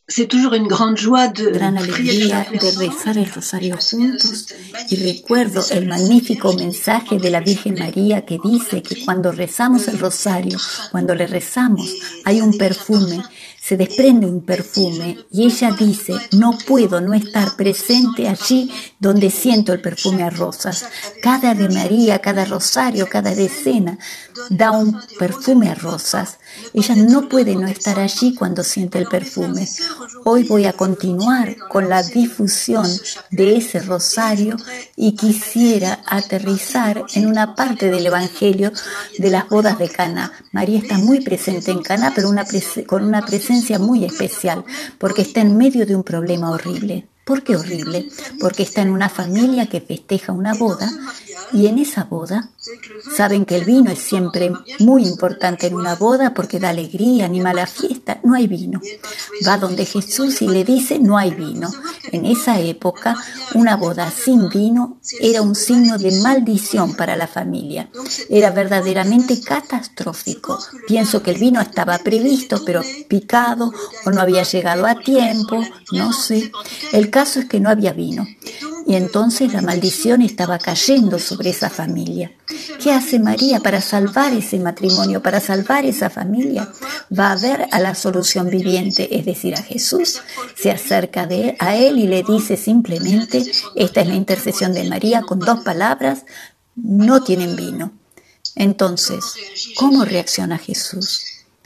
c'est toujours une grande joie de Gran alegría de rezar el rosario juntos, y recuerdo el magnífico mensaje de la Virgen María que dice que cuando rezamos el rosario, cuando le rezamos, hay un perfume, se desprende un perfume, y ella dice: no puedo no estar presente allí donde siento el perfume a rosas. Cada Ave María, cada rosario, cada decena da un perfume a rosas. Ella no puede no estar allí cuando siente el perfume. Hoy voy a continuar con la difusión de ese rosario y quisiera aterrizar en una parte del Evangelio de las bodas de Caná. María está muy presente en Caná, pero con una presencia muy especial, porque está en medio de un problema horrible. ¿Por qué horrible? Porque está en una familia que festeja una boda, y en esa boda, saben que el vino es siempre muy importante en una boda porque da alegría, anima la fiesta. No hay vino. Va donde Jesús y le dice: no hay vino. En esa época, una boda sin vino era un signo de maldición para la familia. Era verdaderamente catastrófico. Pienso que el vino estaba previsto, pero picado, o no había llegado a tiempo, no sé. El caso es que no había vino. Y entonces la maldición estaba cayendo sobre esa familia. ¿Qué hace María para salvar ese matrimonio, para salvar esa familia? Va a ver a la solución viviente, es decir, a Jesús. Se acerca a él y le dice simplemente: esta es la intercesión de María, con 2 palabras: no tienen vino. Entonces, ¿cómo reacciona Jesús?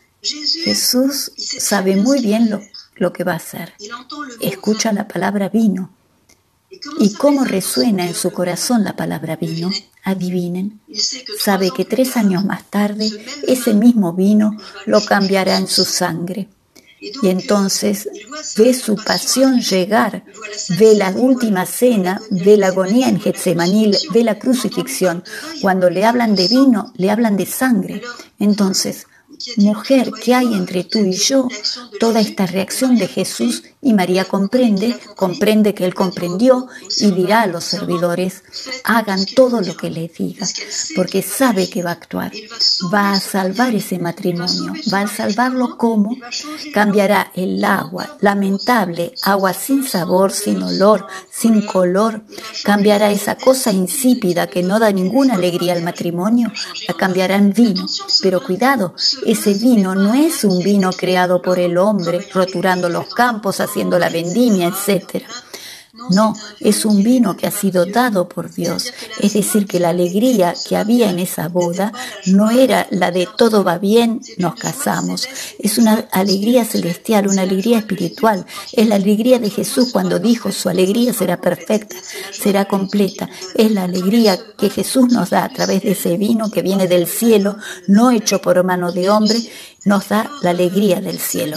Jesús sabe muy bien lo que va a hacer. Escucha la palabra vino. ¿Y cómo resuena en su corazón la palabra vino? Adivinen. Sabe que 3 años más tarde ese mismo vino lo cambiará en su sangre. Y entonces ve su pasión llegar, ve la última cena, ve la agonía en Getsemaní, ve la crucifixión. Cuando le hablan de vino, le hablan de sangre. Entonces, mujer, ¿qué hay entre tú y yo? Toda esta reacción de Jesús, y María comprende que Él comprendió, y dirá a los servidores: hagan todo lo que les diga, porque sabe que va a actuar. Va a salvar ese matrimonio. ¿Va a salvarlo cómo? Cambiará el agua, lamentable, agua sin sabor, sin olor, sin color. Cambiará esa cosa insípida que no da ninguna alegría al matrimonio, la cambiará en vino. Pero cuidado, ese vino no es un vino creado por el hombre, roturando los campos, haciendo la vendimia, etc. No, es un vino que ha sido dado por Dios. Es decir, que la alegría que había en esa boda no era la de todo va bien, nos casamos. Es una alegría celestial, una alegría espiritual. Es la alegría de Jesús cuando dijo: su alegría será perfecta, será completa. Es la alegría que Jesús nos da a través de ese vino que viene del cielo, no hecho por mano de hombre. Nos da la alegría del cielo.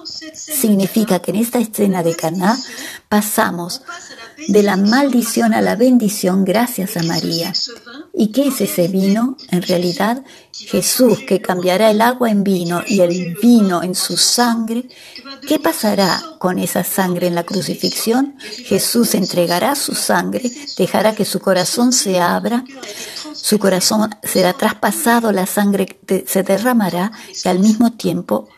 Significa que en esta escena de Caná pasamos de la maldición a la bendición gracias a María. ¿Y qué es ese vino? En realidad, Jesús, que cambiará el agua en vino y el vino en su sangre. ¿Qué pasará con esa sangre en la crucifixión? Jesús entregará su sangre, dejará que su corazón se abra, su corazón será traspasado, la sangre se derramará, y al mismo tiempo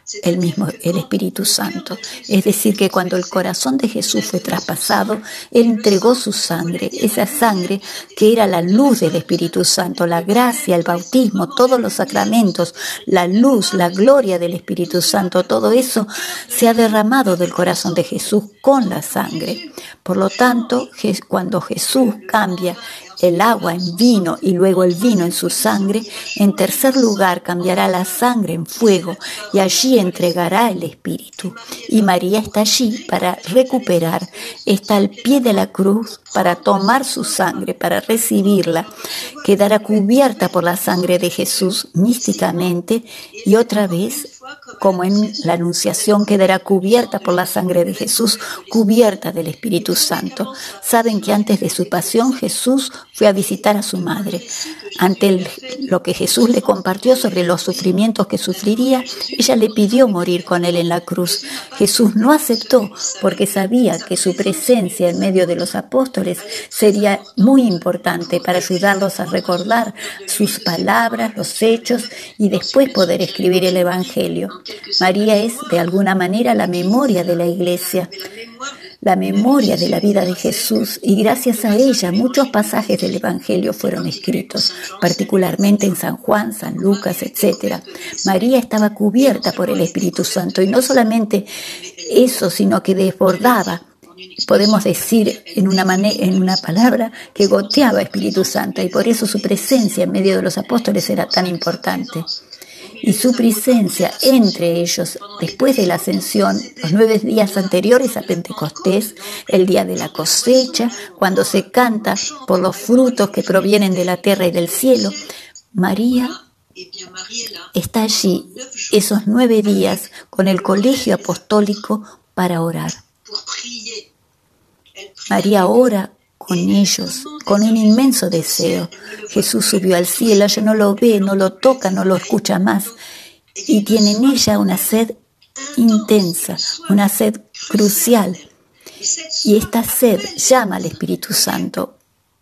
el Espíritu Santo. Es decir, que cuando el corazón de Jesús fue traspasado, Él entregó su sangre, esa sangre que era la luz del Espíritu Santo, la gracia, el bautismo, todos los sacramentos, la luz, la gloria del Espíritu Santo, todo eso se ha derramado del corazón de Jesús con la sangre. Por lo tanto, cuando Jesús cambia el agua en vino y luego el vino en su sangre, en tercer lugar cambiará la sangre en fuego y allí entregará el Espíritu. Y María está allí para recuperar, está al pie de la cruz para tomar su sangre, para recibirla. Quedará cubierta por la sangre de Jesús místicamente, y otra vez, como en la Anunciación, quedará cubierta por la sangre de Jesús, cubierta del Espíritu Santo. Saben que antes de su pasión Jesús fue a visitar a su madre. Ante lo que Jesús le compartió sobre los sufrimientos que sufriría, ella le pidió morir con él en la cruz. Jesús no aceptó porque sabía que su presencia en medio de los apóstoles sería muy importante para ayudarlos a recordar sus palabras, los hechos y después poder escribir el Evangelio. María es, de alguna manera, la memoria de la Iglesia, la memoria de la vida de Jesús, y gracias a ella muchos pasajes del Evangelio fueron escritos, particularmente en San Juan, San Lucas, etc. María estaba cubierta por el Espíritu Santo, y no solamente eso, sino que desbordaba. Podemos decir en una palabra que goteaba Espíritu Santo, y por eso su presencia en medio de los apóstoles era tan importante. Y su presencia entre ellos después de la ascensión, los 9 días anteriores a Pentecostés, el día de la cosecha, cuando se canta por los frutos que provienen de la tierra y del cielo, María está allí esos 9 días con el colegio apostólico para orar. María ora con ellos, con un inmenso deseo. Jesús subió al cielo, ella no lo ve, no lo toca, no lo escucha más. Y tiene en ella una sed intensa, una sed crucial. Y esta sed llama al Espíritu Santo.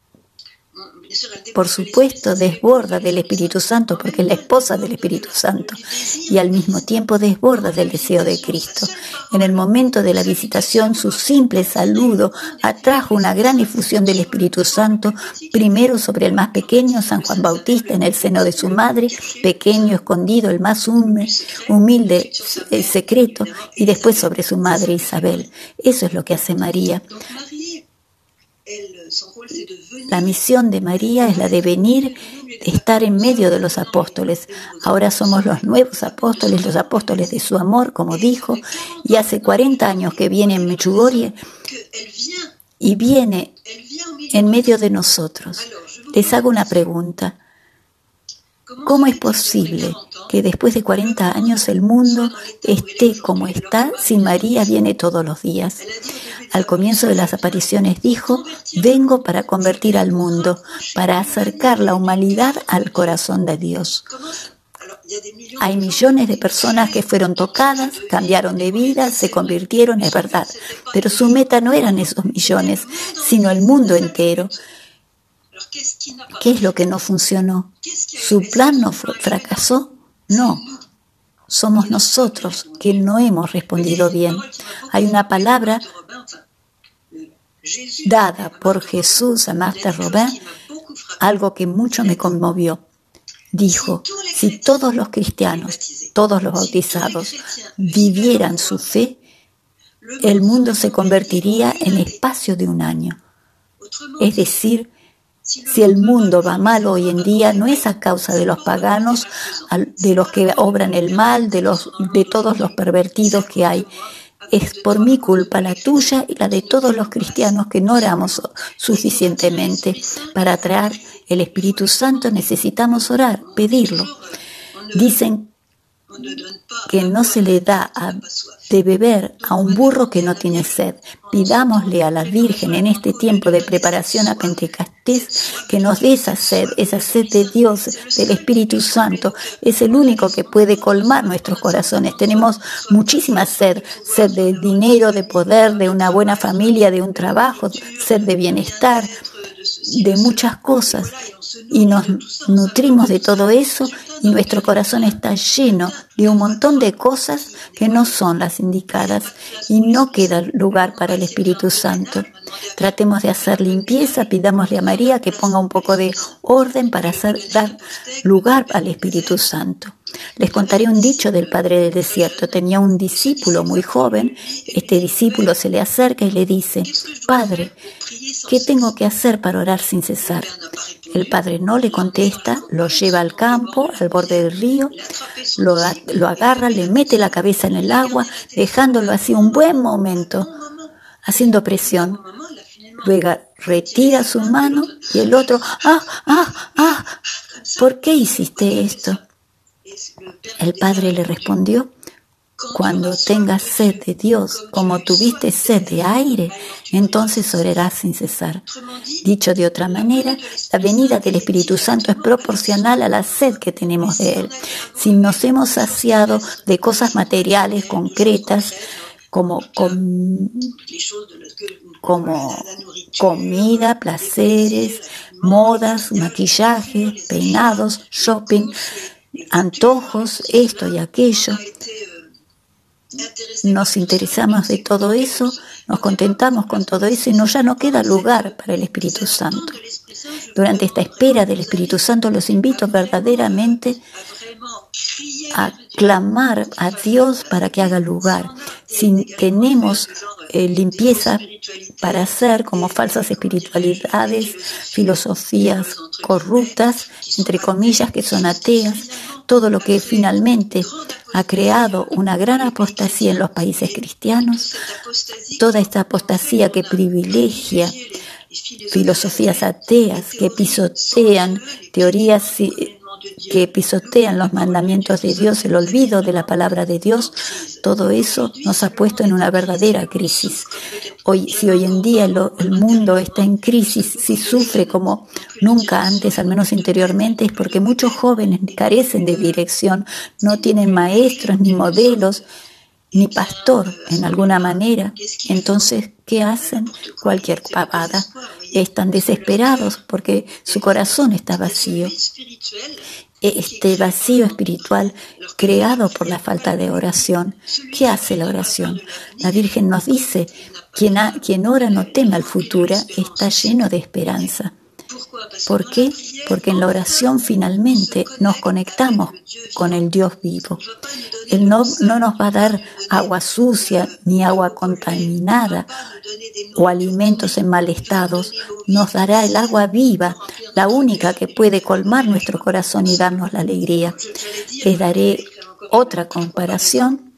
Por supuesto, desborda del Espíritu Santo porque es la esposa del Espíritu Santo y al mismo tiempo desborda del deseo de Cristo. En el momento de la visitación, su simple saludo atrajo una gran efusión del Espíritu Santo, primero sobre el más pequeño, San Juan Bautista, en el seno de su madre, pequeño, escondido, el más humilde, el secreto, y después sobre su madre Isabel. Eso es lo que hace María. La misión de María es la de venir, de estar en medio de los apóstoles. Ahora somos los nuevos apóstoles, los apóstoles de su amor, como dijo, y hace 40 años que viene en Medjugorje y viene en medio de nosotros. Les hago una pregunta. ¿Cómo es posible que después de 40 años el mundo esté como está si María viene todos los días? Al comienzo de las apariciones dijo: vengo para convertir al mundo, para acercar la humanidad al corazón de Dios. Hay millones de personas que fueron tocadas, cambiaron de vida, se convirtieron, es verdad. Pero su meta no eran esos millones, sino el mundo entero. ¿Qué es lo que no funcionó? ¿Su plan no fracasó? No. Somos nosotros que no hemos respondido bien. Hay una palabra dada por Jesús a Martha Robin, algo que mucho me conmovió. Dijo: si todos los cristianos, todos los bautizados, vivieran su fe, el mundo se convertiría en espacio de un año. Es decir, si el mundo va mal hoy en día, no es a causa de los paganos, de los que obran el mal, de todos los pervertidos que hay. Es por mi culpa, la tuya y la de todos los cristianos que no oramos suficientemente. Para atraer el Espíritu Santo necesitamos orar, pedirlo. Dicen que no se le da de beber a un burro que no tiene sed. Pidámosle a la Virgen en este tiempo de preparación a Pentecostés que nos dé esa sed de Dios, del Espíritu Santo. Es el único que puede colmar nuestros corazones. Tenemos muchísima sed de dinero, de poder, de una buena familia, de un trabajo, sed de bienestar, de muchas cosas. Y nos nutrimos de todo eso y nuestro corazón está lleno de un montón de cosas que no son las indicadas y no queda lugar para el Espíritu Santo. Tratemos de hacer limpieza, pidámosle a María que ponga un poco de orden para dar lugar al Espíritu Santo. Les contaré un dicho del padre del desierto. Tenía un discípulo muy joven. Este discípulo se le acerca y le dice: Padre, ¿qué tengo que hacer para orar sin cesar? El padre no le contesta, lo lleva al campo, al borde del río, lo agarra, le mete la cabeza en el agua, dejándolo así un buen momento, haciendo presión. Luego retira su mano y el otro: ¿por qué hiciste esto? El padre le respondió: Cuando tengas sed de Dios, como tuviste sed de aire, entonces orarás sin cesar. Dicho de otra manera, la venida del Espíritu Santo es proporcional a la sed que tenemos de Él. Si nos hemos saciado de cosas materiales concretas, como comida, placeres, modas, maquillaje, peinados, shopping, antojos, esto y aquello, nos interesamos de todo eso, nos contentamos con todo eso y ya no queda lugar para el Espíritu Santo. Durante esta espera del Espíritu Santo los invito verdaderamente a clamar a Dios para que haga lugar. Si tenemos limpieza para hacer, como falsas espiritualidades, filosofías corruptas, entre comillas, que son ateas, todo lo que finalmente ha creado una gran apostasía en los países cristianos, toda esta apostasía que privilegia filosofías ateas, que pisotean teorías, que pisotean los mandamientos de Dios, el olvido de la palabra de Dios, todo eso nos ha puesto en una verdadera crisis. Si hoy en día el mundo está en crisis, si sufre como nunca antes, al menos interiormente, es porque muchos jóvenes carecen de dirección, no tienen maestros ni modelos, ni pastor en alguna manera. Entonces, ¿qué hacen? Cualquier pavada. Están desesperados porque su corazón está vacío. Este vacío espiritual creado por la falta de oración. ¿Qué hace la oración? La Virgen nos dice, quien ora no teme al futuro, está lleno de esperanza. ¿Por qué? Porque en la oración finalmente nos conectamos con el Dios vivo. Él no nos va a dar agua sucia ni agua contaminada o alimentos en mal estado. Nos dará el agua viva, la única que puede colmar nuestro corazón y darnos la alegría. Les daré otra comparación.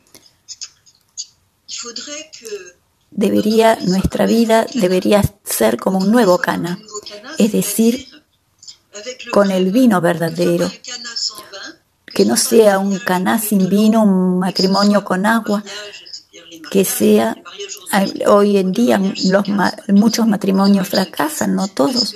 Nuestra vida debería ser como un nuevo Cana, es decir, con el vino verdadero, que no sea un Caná sin vino, un matrimonio con agua, que sea, hoy en día muchos matrimonios fracasan, no todos,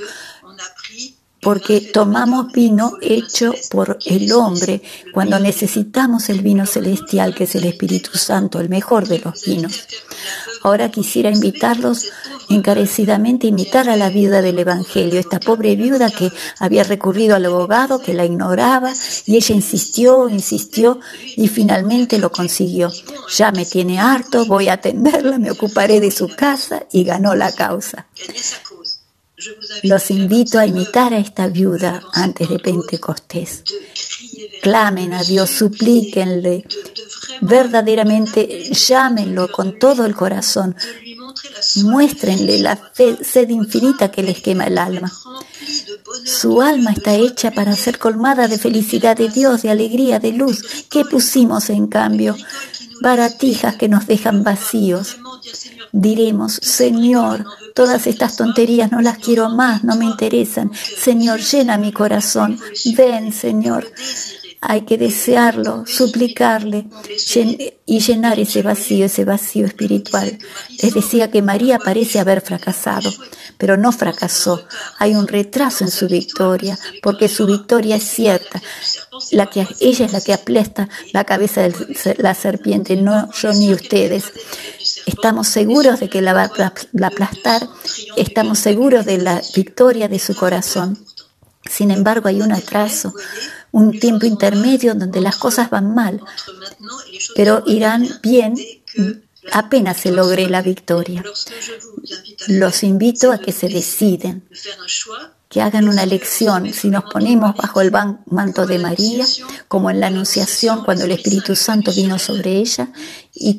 porque tomamos vino hecho por el hombre cuando necesitamos el vino celestial, que es el Espíritu Santo, el mejor de los vinos. Ahora quisiera invitarlos encarecidamente a imitar a la viuda del Evangelio, esta pobre viuda que había recurrido al abogado, que la ignoraba, y ella insistió y finalmente lo consiguió. Ya me tiene harto, voy a atenderla, me ocuparé de su casa, y ganó la causa. Los invito a imitar a esta viuda antes de Pentecostés. Clamen a Dios, suplíquenle, verdaderamente llámenlo con todo el corazón. Muéstrenle la sed infinita que les quema el alma. Su alma está hecha para ser colmada de felicidad de Dios, de alegría, de luz. ¿Qué pusimos en cambio? Baratijas que nos dejan vacíos. Diremos, Señor, todas estas tonterías no las quiero más, no me interesan. Señor, llena mi corazón. Ven, Señor. Hay que desearlo, suplicarle y llenar ese vacío espiritual. Les decía que María parece haber fracasado, pero no fracasó. Hay un retraso en su victoria, porque su victoria es cierta. Ella es la que aplasta la cabeza de la serpiente, no yo ni ustedes. Estamos seguros de que la va a aplastar, estamos seguros de la victoria de su corazón. Sin embargo, hay un atraso, un tiempo intermedio donde las cosas van mal, pero irán bien apenas se logre la victoria. Los invito a que se deciden, que hagan una elección. Si nos ponemos bajo el manto de María, como en la Anunciación, cuando el Espíritu Santo vino sobre ella y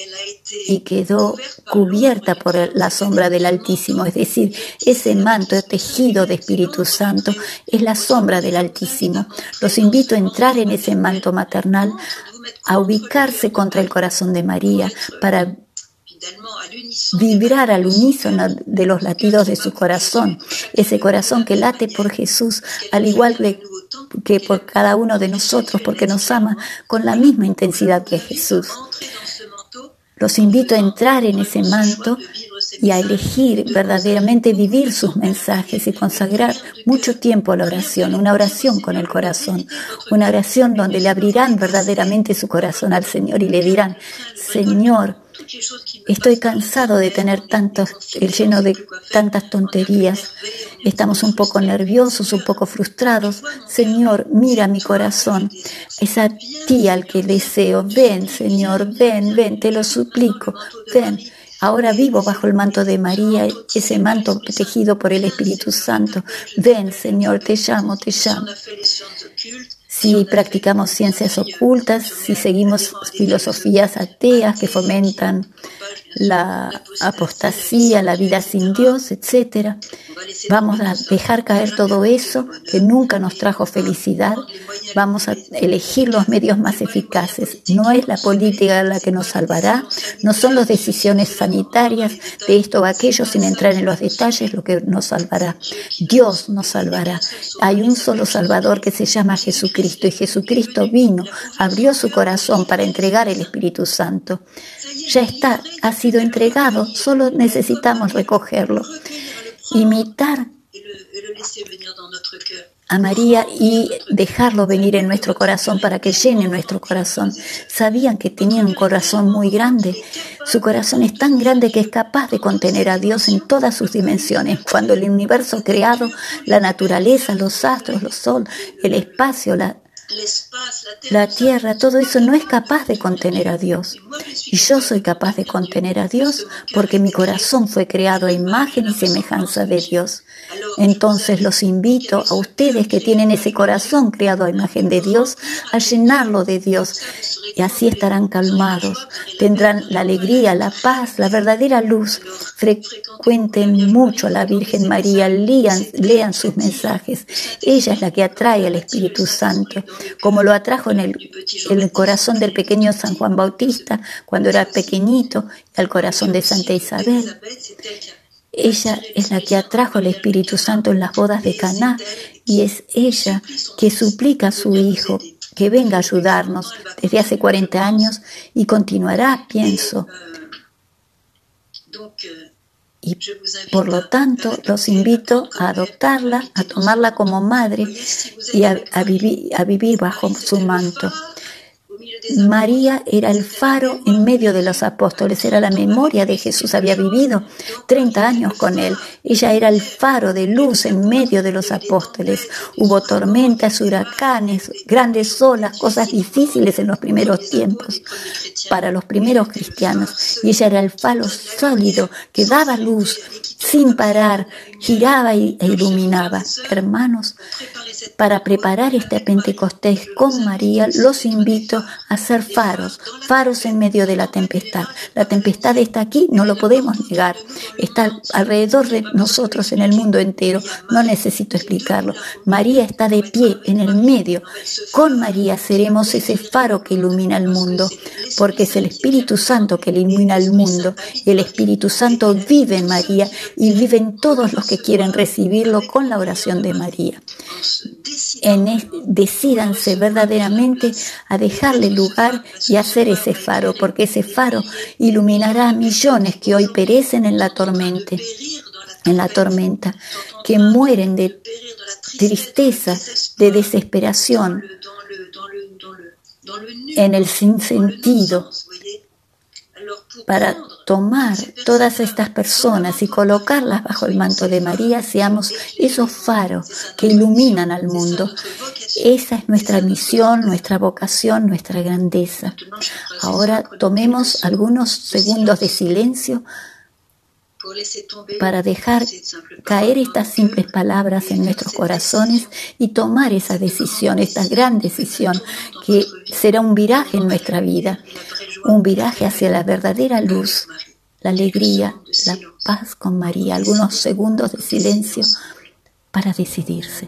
quedó cubierta por la sombra del Altísimo, es decir, ese manto tejido de Espíritu Santo es la sombra del Altísimo. Los invito a entrar en ese manto maternal, a ubicarse contra el corazón de María para vibrar al unísono de los latidos de su corazón, ese corazón que late por Jesús, al igual que por cada uno de nosotros, porque nos ama con la misma intensidad que Jesús. Los invito a entrar en ese manto y a elegir verdaderamente vivir sus mensajes y consagrar mucho tiempo a la oración, una oración con el corazón, una oración donde le abrirán verdaderamente su corazón al Señor y le dirán: Señor, estoy cansado de tener lleno de tantas tonterías. Estamos un poco nerviosos, un poco frustrados. Señor, mira mi corazón. Es a ti al que deseo. Ven, Señor, ven, te lo suplico. Ven. Ahora vivo bajo el manto de María, ese manto tejido por el Espíritu Santo. Ven, Señor, te llamo, te llamo. Si practicamos ciencias ocultas, si seguimos filosofías ateas que fomentan la apostasía, la vida sin Dios, etc., vamos a dejar caer todo eso que nunca nos trajo felicidad. Vamos a elegir los medios más eficaces. No es la política la que nos salvará, no son las decisiones sanitarias de esto o aquello, sin entrar en los detalles, lo que nos salvará. Dios nos salvará. Hay un solo Salvador que se llama Jesucristo, y Jesucristo vino, abrió su corazón para entregar el Espíritu Santo. Ya está, ha sido entregado, solo necesitamos recogerlo. Imitar a María y dejarlo venir en nuestro corazón para que llene nuestro corazón. Sabían que tenían un corazón muy grande. Su corazón es tan grande que es capaz de contener a Dios en todas sus dimensiones. Cuando el universo creado, la naturaleza, los astros, los sol, el espacio, la tierra, todo eso no es capaz de contener a Dios. Y yo soy capaz de contener a Dios porque mi corazón fue creado a imagen y semejanza de Dios. Entonces los invito a ustedes que tienen ese corazón creado a imagen de Dios, a llenarlo de Dios. Y así estarán calmados, tendrán la alegría, la paz, la verdadera luz. Frecuenten mucho a la Virgen María, lean sus mensajes. Ella es la que atrae al Espíritu Santo, como lo atrajo en el corazón del pequeño San Juan Bautista cuando era pequeñito, al corazón de Santa Isabel. Ella es la que atrajo al Espíritu Santo en las bodas de Caná, y es ella que suplica a su Hijo que venga a ayudarnos desde hace 40 años y continuará, pienso. Y por lo tanto, los invito a adoptarla, a tomarla como madre y a vivir bajo su manto. María era el faro en medio de los apóstoles, era la memoria de Jesús, había vivido 30 años con él. Ella era el faro de luz en medio de los apóstoles. Hubo tormentas, huracanes, grandes olas, cosas difíciles en los primeros tiempos para los primeros cristianos. Y ella era el faro sólido que daba luz sin parar, giraba e iluminaba. Hermanos, para preparar este Pentecostés con María, los invito a ser faros en medio de la tempestad. La tempestad está aquí, no lo podemos negar. Está alrededor de nosotros en el mundo entero, no necesito explicarlo. María está de pie en el medio. Con María seremos ese faro que ilumina el mundo, porque es el Espíritu Santo que ilumina el mundo. Y el Espíritu Santo vive en María y vive en todos los que quieren recibirlo con la oración de María. Decídanse verdaderamente a dejarle lugar y hacer ese faro, porque ese faro iluminará a millones que hoy perecen en la tormenta, que mueren de tristeza, de desesperación, en el sinsentido. Para tomar todas estas personas y colocarlas bajo el manto de María, seamos esos faros que iluminan al mundo. Esa es nuestra misión, nuestra vocación, nuestra grandeza. Ahora tomemos algunos segundos de silencio para dejar caer estas simples palabras en nuestros corazones y tomar esa decisión, esta gran decisión que será un viraje en nuestra vida, un viraje hacia la verdadera luz, la alegría, la paz con María. Algunos segundos de silencio para decidirse.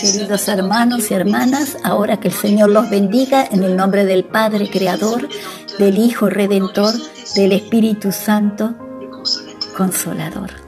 Queridos hermanos y hermanas, ahora que el Señor los bendiga en el nombre del Padre Creador, del Hijo Redentor, del Espíritu Santo Consolador.